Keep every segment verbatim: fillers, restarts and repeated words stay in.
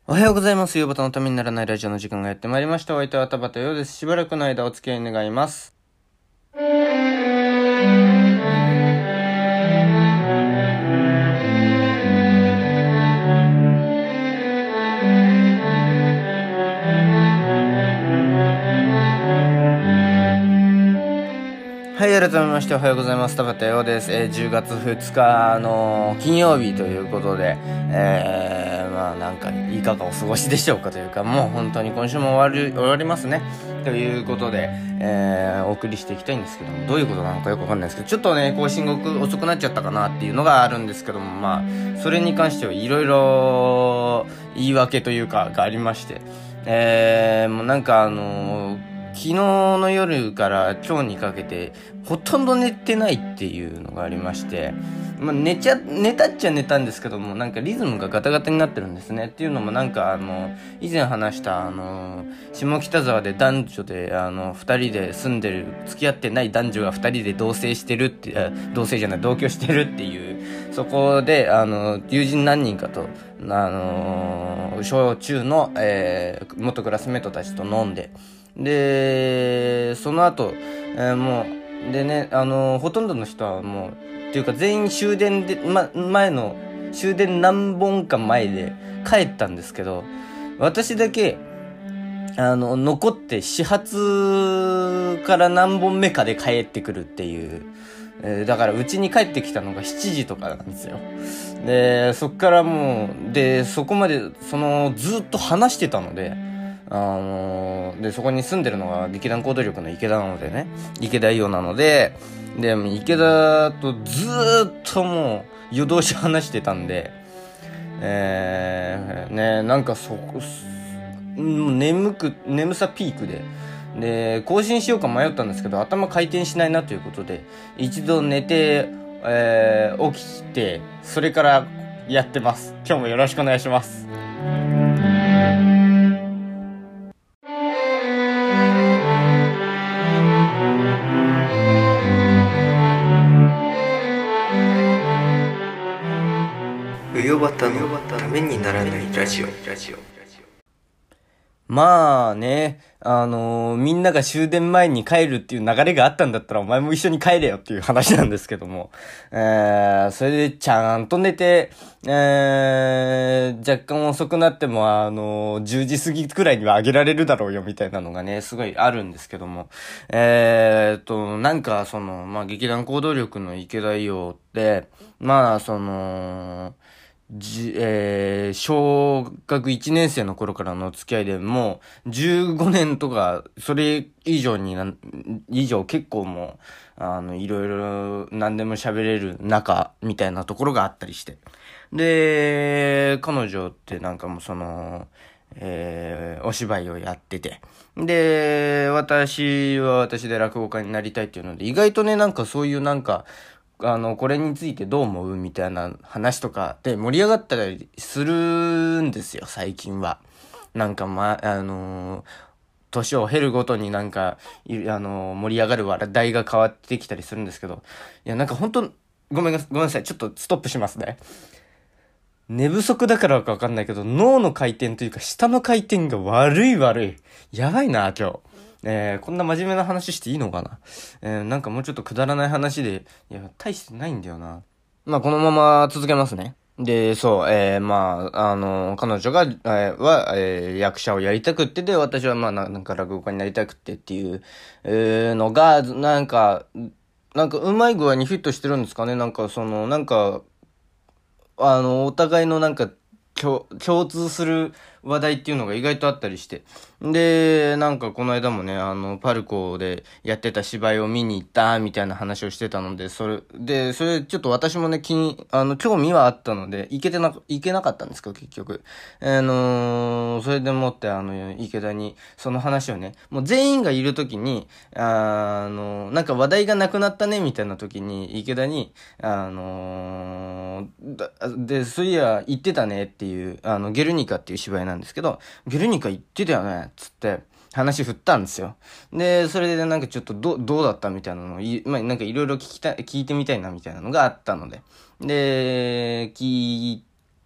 おはようございます。夕方のためにならないラジオの時間がやってまいりました。お相手は田畑陽です。しばらくの間お付き合い願います。はい、改めましておはようございます。田畑陽です。えー、じゅうがつふつかの金曜日ということで、えー、まあなんかいかがお過ごしでしょうかというか、もう本当に今週も終わる、終わりますね。ということで、えー、お送りしていきたいんですけども、どういうことなのかよくわかんないですけど、ちょっとね、更新が遅くなっちゃったかなっていうのがあるんですけども、まあ、それに関してはいろいろ言い訳というかがありまして、えー、もうなんかあのー昨日の夜から今日にかけてほとんど寝てないっていうのがありまして、まあ、寝ちゃ寝たっちゃ寝たんですけども、なんかリズムがガタガタになってるんですね。っていうのもなんかあの以前話したあの下北沢で男女であのふたりで住んでる、付き合ってない男女がふたりで同棲してるって同棲じゃない同居してるっていう、そこであの友人何人かとあの小中の、えー、元クラスメートたちと飲んで、でその後、えー、もうでね、あのー、ほとんどの人はもうっていうか全員終電で、ま、前の終電何本か前で帰ったんですけど、私だけあの残って始発から何本目かで帰ってくるっていう、えー、だからうちに帰ってきたのがしちじとかなんですよ。でそっからもうでそこまでそのずっと話してたので、あのー、でそこに住んでるのが劇団行動力の池田なのでね、池田伊代なので、で池田とずーっともう夜通し話してたんで、えー、ねなんかそこ眠く眠さピークでで更新しようか迷ったんですけど、頭回転しないなということで一度寝て、えー、起きてそれからやってます。今日もよろしくお願いします。 うよばたのためにならないラジオ。 まあね、あのー、みんなが終電前に帰るっていう流れがあったんだったらお前も一緒に帰れよっていう話なんですけども、えー、それでちゃんと寝て、えー、若干遅くなってもあのー、じゅうじ過ぎくらいにはあげられるだろうよみたいなのがね、すごいあるんですけども、えーと、なんかその、まあ劇団行動力の池田伊代って、まあその、じ、えー、小学いちねん生の頃からの付き合いでもうじゅうごねんとかそれ以上にな以上結構もうあのいろいろ何でも喋れる仲みたいなところがあったりして、で彼女ってなんかもうそのえー、お芝居をやってて、で私は私で落語家になりたいっていうので、意外とねなんかそういうなんかあの、これについてどう思うみたいな話とかで盛り上がったりするんですよ、最近は。なんかま、あのー、年を経るごとになんか、あのー、盛り上がる話題が変わってきたりするんですけど、いや、なんか本当ごめんな、ごめんなさい、ちょっとストップしますね。寝不足だからかわかんないけど、脳の回転というか、下の回転が悪い悪い。やばいな、今日。えー、こんな真面目な話していいのかな。えー、なんかもうちょっとくだらない話で、いや、大してないんだよな。まあ、このまま続けますね。で、そう、えー、まあ、あの、彼女が、えー、は、えー、役者をやりたくってで、私はまあ、なんか落語家になりたくってっていう、えー、のが、なんか、なんかうまい具合にフィットしてるんですかね。なんかその、なんか、あの、お互いのなんか、共、共通する話題っていうのが意外とあったりして。で、なんかこの間もね、あの、パルコでやってた芝居を見に行ったみたいな話をしてたので、それ、で、それちょっと私もね、気に、あの、興味はあったので、行けてな、行けなかったんですけど、結局。あのー、それでもって、あの、池田に、その話をね、もう全員がいるときに、あの、なんか話題がなくなったね、みたいなときに、池田に、あのー、で、そういや、言ってたねっていう、あの、ゲルニカっていう芝居なんですけど、ゲルニカ言ってたよね、つって、話振ったんですよ。で、それでなんかちょっとど、どうだったみたいなのをい、まあ、なんかいろいろ聞きたい、聞いてみたいなみたいなのがあったので。で、聞い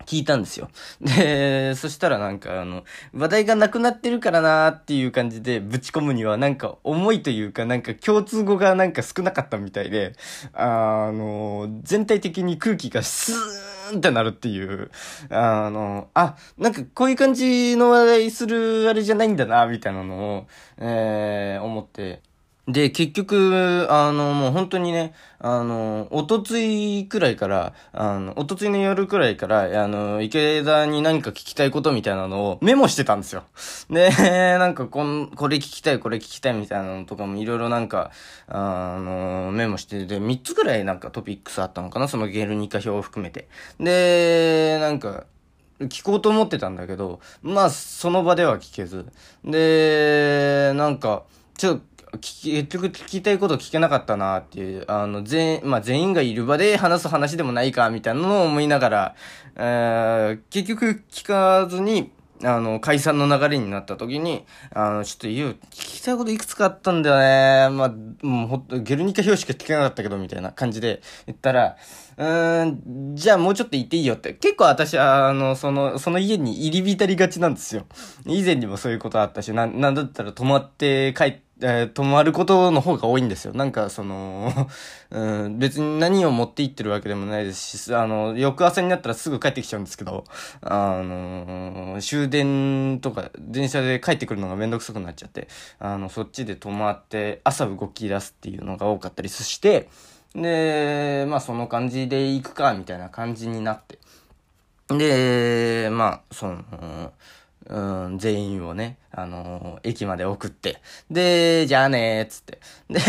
聞いたんですよ。で、そしたらなんかあの、話題がなくなってるからなーっていう感じでぶち込むにはなんか重いというかなんか共通語がなんか少なかったみたいで、あの、全体的に空気がスーンってなるっていう、あの、あ、なんかこういう感じの話題するあれじゃないんだな、みたいなのを、えー、思って、で、結局、あの、もう本当にね、あの、おとついくらいから、あの、おとついの夜くらいから、あの、池田に何か聞きたいことみたいなのをメモしてたんですよ。で、なんかこん、これ聞きたい、これ聞きたいみたいなのとかもいろいろなんか、あの、メモしてて、みっつくらいなんかトピックスあったのかな、そのゲルニカ表を含めて。で、なんか、聞こうと思ってたんだけど、まあ、その場では聞けず。で、なんか、ちょっと、結局聞きたいこと聞けなかったなっていう、あの、全、まあ、全員がいる場で話す話でもないか、みたいなのを思いながら、えー、結局聞かずに、あの、解散の流れになった時に、あの、ちょっと言う、聞きたいこといくつかあったんだよね。まあ、もうほんと、ゲルニカ表しか聞けなかったけど、みたいな感じで言ったら、うーん、じゃあもうちょっと言っていいよって。結構私は、あの、その、その家に入り浸りがちなんですよ。以前にもそういうことあったし、な、なんだったら泊まって帰って、えー、泊まることの方が多いんですよ。なんか、その、うん、別に何を持って行ってるわけでもないですし、あの、翌朝になったらすぐ帰ってきちゃうんですけど、あの、終電とか、電車で帰ってくるのがめんどくさくなっちゃって、あの、そっちで泊まって、朝動き出すっていうのが多かったりして、で、まあ、その感じで行くか、みたいな感じになって。で、まあ、その、うん、全員をね、あのー駅まで送って、で、じゃあねーっつって。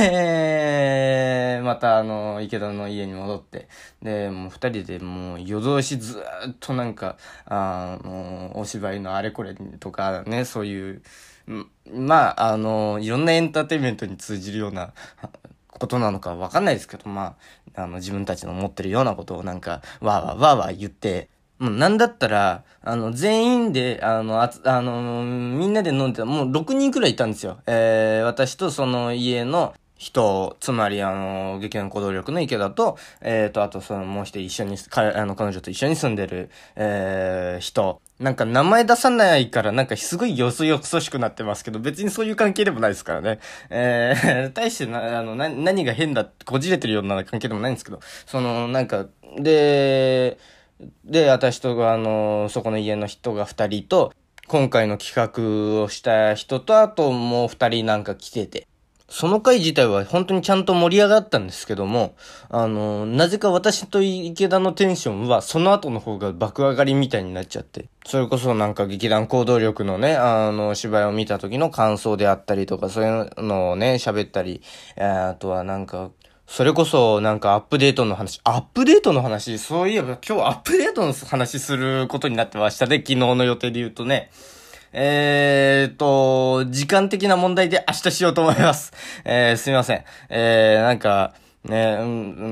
で、またあのー池田の家に戻って、で、もう二人でもう夜通しずーっとなんか、あのーお芝居のあれこれとかね、そういう、んまあ、あのーいろんなエンターテインメントに通じるような、ことなのかわかんないですけど、まあ、あの、自分たちの持ってるようなことをなんか、わーわーわーわー言って、もうなんだったら、あの、全員で、あの、あつ、あの、みんなで飲んでた、もうろくにんくらいいたんですよ。えー、私とその家の人、つまりあの、劇団行動力の池田と、えーと、あとそのもう一人一緒に、彼、あの、彼女と一緒に住んでる、えー、人。なんか名前出さないからなんかすごいよそよそしくなってますけど、別にそういう関係でもないですからね。えー、対してな、あの、な、何が変だってこじれてるような関係でもないんですけど、その、なんか、で、で、私と、あの、そこの家の人が二人と、今回の企画をした人と、あともう二人なんか来てて。その回自体は本当にちゃんと盛り上がったんですけども、あの、なぜか私と池田のテンションはその後の方が爆上がりみたいになっちゃって。それこそなんか劇団行動力のね、あの、芝居を見た時の感想であったりとか、そういうのをね、喋ったり、あとはなんか、それこそ、なんかアップデートの話、アップデートの話、そういえば今日アップデートの話することになってましたね、昨日の予定で言うとね。えーと、時間的な問題で明日しようと思います。えー、すみません。えー、なんか、ね、うん、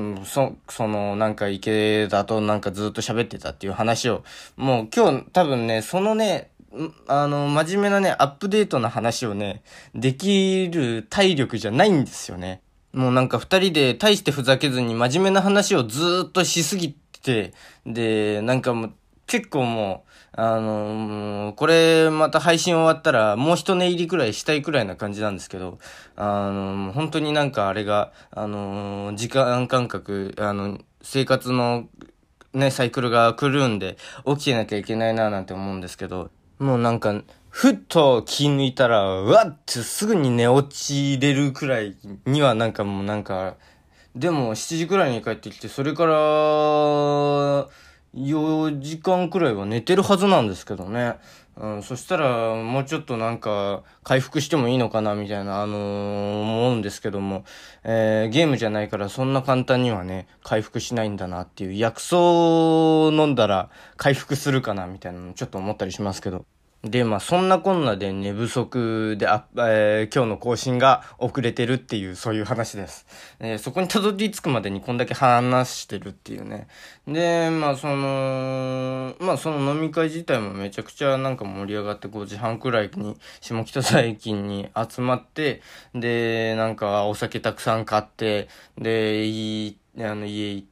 うん、そ、その、なんか池田となんかずっと喋ってたっていう話を、もう今日多分ね、そのね、んあの、真面目なね、アップデートの話をね、できる体力じゃないんですよね。もうなんか二人で大してふざけずに真面目な話をずーっとしすぎて、で、なんかもう結構もう、あのもうこれまた配信終わったらもう一寝入りくらいしたいくらいな感じなんですけど、あのもう本当になんかあれが、あの時間感覚、あの、生活のね、サイクルが狂うんで起きてなきゃいけないななんて思うんですけど、もうなんか、ふっと気抜いたら、うわってすぐに寝落ちれるくらいにはなんかもうなんか、でもしちじくらいに帰ってきて、それからよじかんくらいは寝てるはずなんですけどね。うん、そしたらもうちょっとなんか回復してもいいのかなみたいな、あのー思うんですけども、えー、ゲームじゃないからそんな簡単にはね、回復しないんだなっていう、薬草を飲んだら回復するかなみたいなのちょっと思ったりしますけど。で、まあ、そんなこんなで寝不足で、あ、えー今日の更新が遅れてるっていう、そういう話です。えーそこにたどり着くまでにこんだけ話してるっていうね。で、まあ、その、まあ、その飲み会自体もめちゃくちゃなんか盛り上がってごじはんくらいに下北沢駅に集まって、で、なんかお酒たくさん買って、で、いいであの家行って、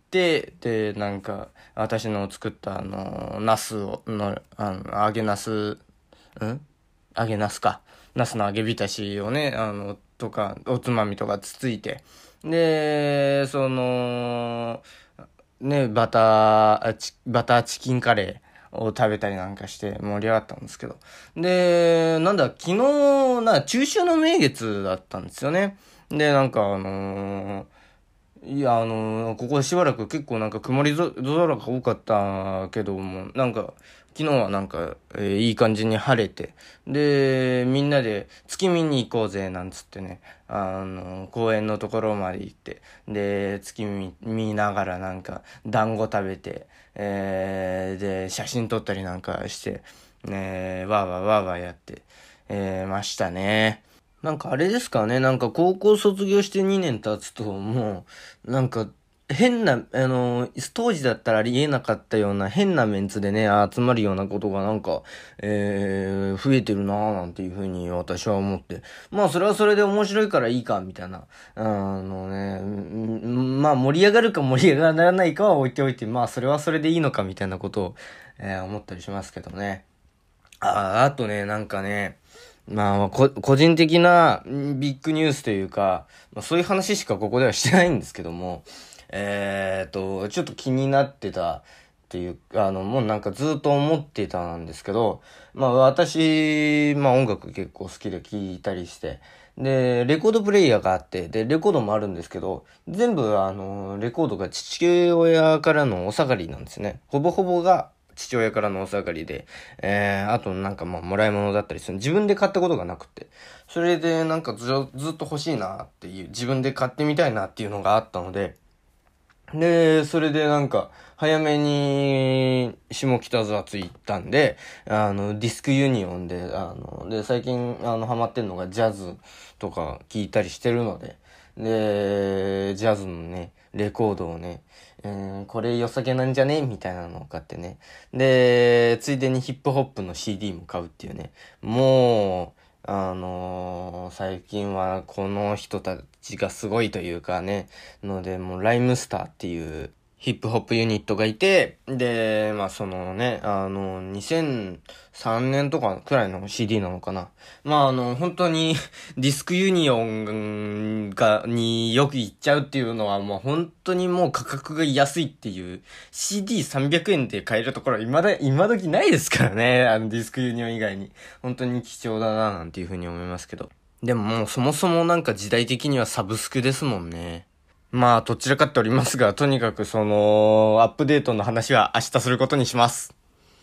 でなんか私の作ったあのナスをのあの揚げナスん揚げナスかナスの揚げ浸しをねあのとかおつまみとかつついて、でそのねバターチバターチキンカレーを食べたりなんかして盛り上がったんですけど、でなんだ昨日な中秋の名月だったんですよね。でなんかあのーいや、あのーここしばらく結構なんか曇りぞ空が多かったけども、なんか、昨日はなんか、えーいい感じに晴れて、で、みんなで月見に行こうぜ、なんつってね、あのー公園のところまで行って、で、月見見ながらなんか、団子食べて、えーで、写真撮ったりなんかして、ね、わーわーわーわーやって、えーましたね。なんかあれですかね、なんか高校卒業してにねん経つと、もう、なんか、変な、あの、当時だったらありえなかったような変なメンツでね、集まるようなことがなんか、えー、増えてるなぁなんていうふうに私は思って。まあそれはそれで面白いからいいか、みたいな。あのね、うんまあ盛り上がるか盛り上がらないかは置いておいて、まあそれはそれでいいのか、みたいなことを、えー思ったりしますけどね。あ、あとね、なんかね、まあ、こ、個人的なんビッグニュースというか、まあ、そういう話しかここではしてないんですけども、えーと、ちょっと気になってたっていう、あの、もうなんかずっと思ってたんですけど、まあ私、まあ音楽結構好きで聴いたりして、で、レコードプレイヤーがあって、で、レコードもあるんですけど、全部あの、レコードが父親からのお下がりなんですね。ほぼほぼが、父親からのお下がりで、えー、あとなんかまあ、もらい物だったりする。自分で買ったことがなくて。それでなんかず、ずっと欲しいなっていう、自分で買ってみたいなっていうのがあったので、で、それでなんか、早めに、下北沢着いたんで、あの、ディスクユニオンで、あの、で、最近、あの、ハマってんのがジャズとか聞いたりしてるので、で、ジャズのね、レコードをね、えーこれ良さげなんじゃねみたいなのを買ってね。で、ついでにヒップホップの シーディー も買うっていうね。もう、あのー最近はこの人たちがすごいというかね、ので、もうライムスターっていうヒップホップユニットがいて、で、まあそのね、あの、にせんさんねんとかくらいの シーディー なのかな。まああの、本当にディスクユニオンが、によく行っちゃうっていうのはもう本当にもう価格が安いっていう シーディーさんびゃく 円で買えるところ今だ、今時ないですからね。あのディスクユニオン以外に。本当に貴重だななんていうふうに思いますけど。でももうそもそもなんか時代的にはサブスクですもんね。まあ、どちらかっておりますが、とにかくその、アップデートの話は明日することにします。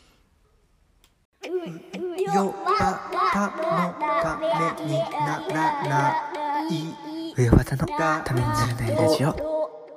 よばたのためにならない上和田のためにならないラジオ。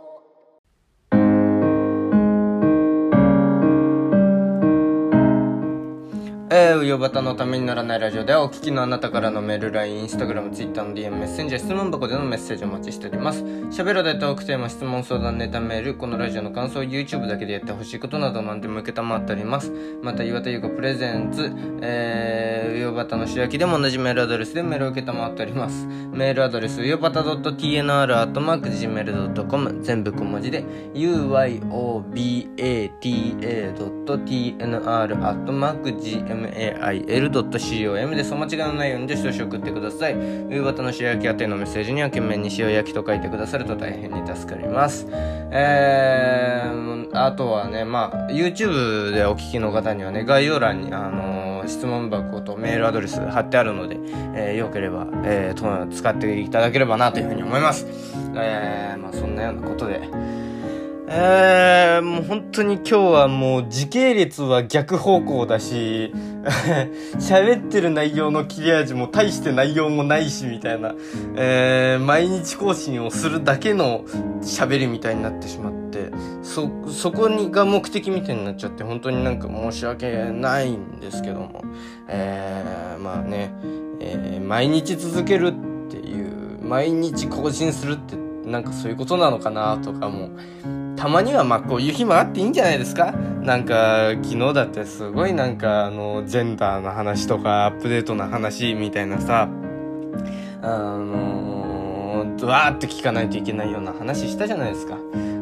えー、うよばたのためにならないラジオではお聞きのあなたからのメール、ライン、インスタグラム、ツイッターの ディーエム、メッセンジャー、質問箱でのメッセージをお待ちしております。喋られたトークテーマ、質問、相談、ネタ、メール、このラジオの感想、YouTube だけでやってほしいことなど何でも受けたまっております。また、岩田優子プレゼンツ、えー、うよばたの主役でも同じメールアドレスでメールを受けたまっております。メールアドレス、うよばた .tnr アットマーク ジーメールドットコム 全部小文字で、ユーワイオービーエーティーエードットティーエヌアール アットマーク ジーエムエーアイエルドットコム です。お間違いのないようにどしどし送ってください。夕方の塩焼き宛てのメッセージには懸命に塩焼きと書いてくださると大変に助かります。えー、あとはね、まあ YouTube でお聞きの方にはね、概要欄にあのー、質問箱とメールアドレス貼ってあるので、えー、よければ、えー、と使っていただければなというふうに思います。えー、まあそんなようなことで。えー、もう本当に今日はもう時系列は逆方向だし、喋ってる内容の切れ味も大して内容もないしみたいな、えー、毎日更新をするだけの喋りみたいになってしまって、そ、そこにが目的みたいになっちゃって本当になんか申し訳ないんですけども、えー、まあね、えー、毎日続けるっていう、毎日更新するってなんかそういうことなのかなとかも、たまにはまあこういう日もあっていいんじゃないですか。なんか昨日だってすごいなんかあのジェンダーの話とかアップデートの話みたいなさ、あのー、わーって聞かないといけないような話したじゃないですか。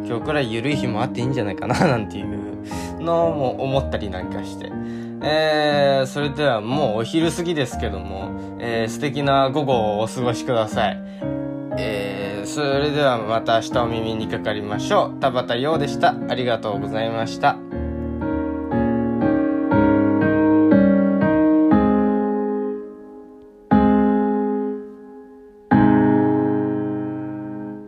今日くらい緩い日もあっていいんじゃないかななんていうのも思ったりなんかして、えー、それではもうお昼過ぎですけども、えー、素敵な午後をお過ごしください。えー、それではまた明日お耳にかかりましょう。田畑陽でした。ありがとうございました。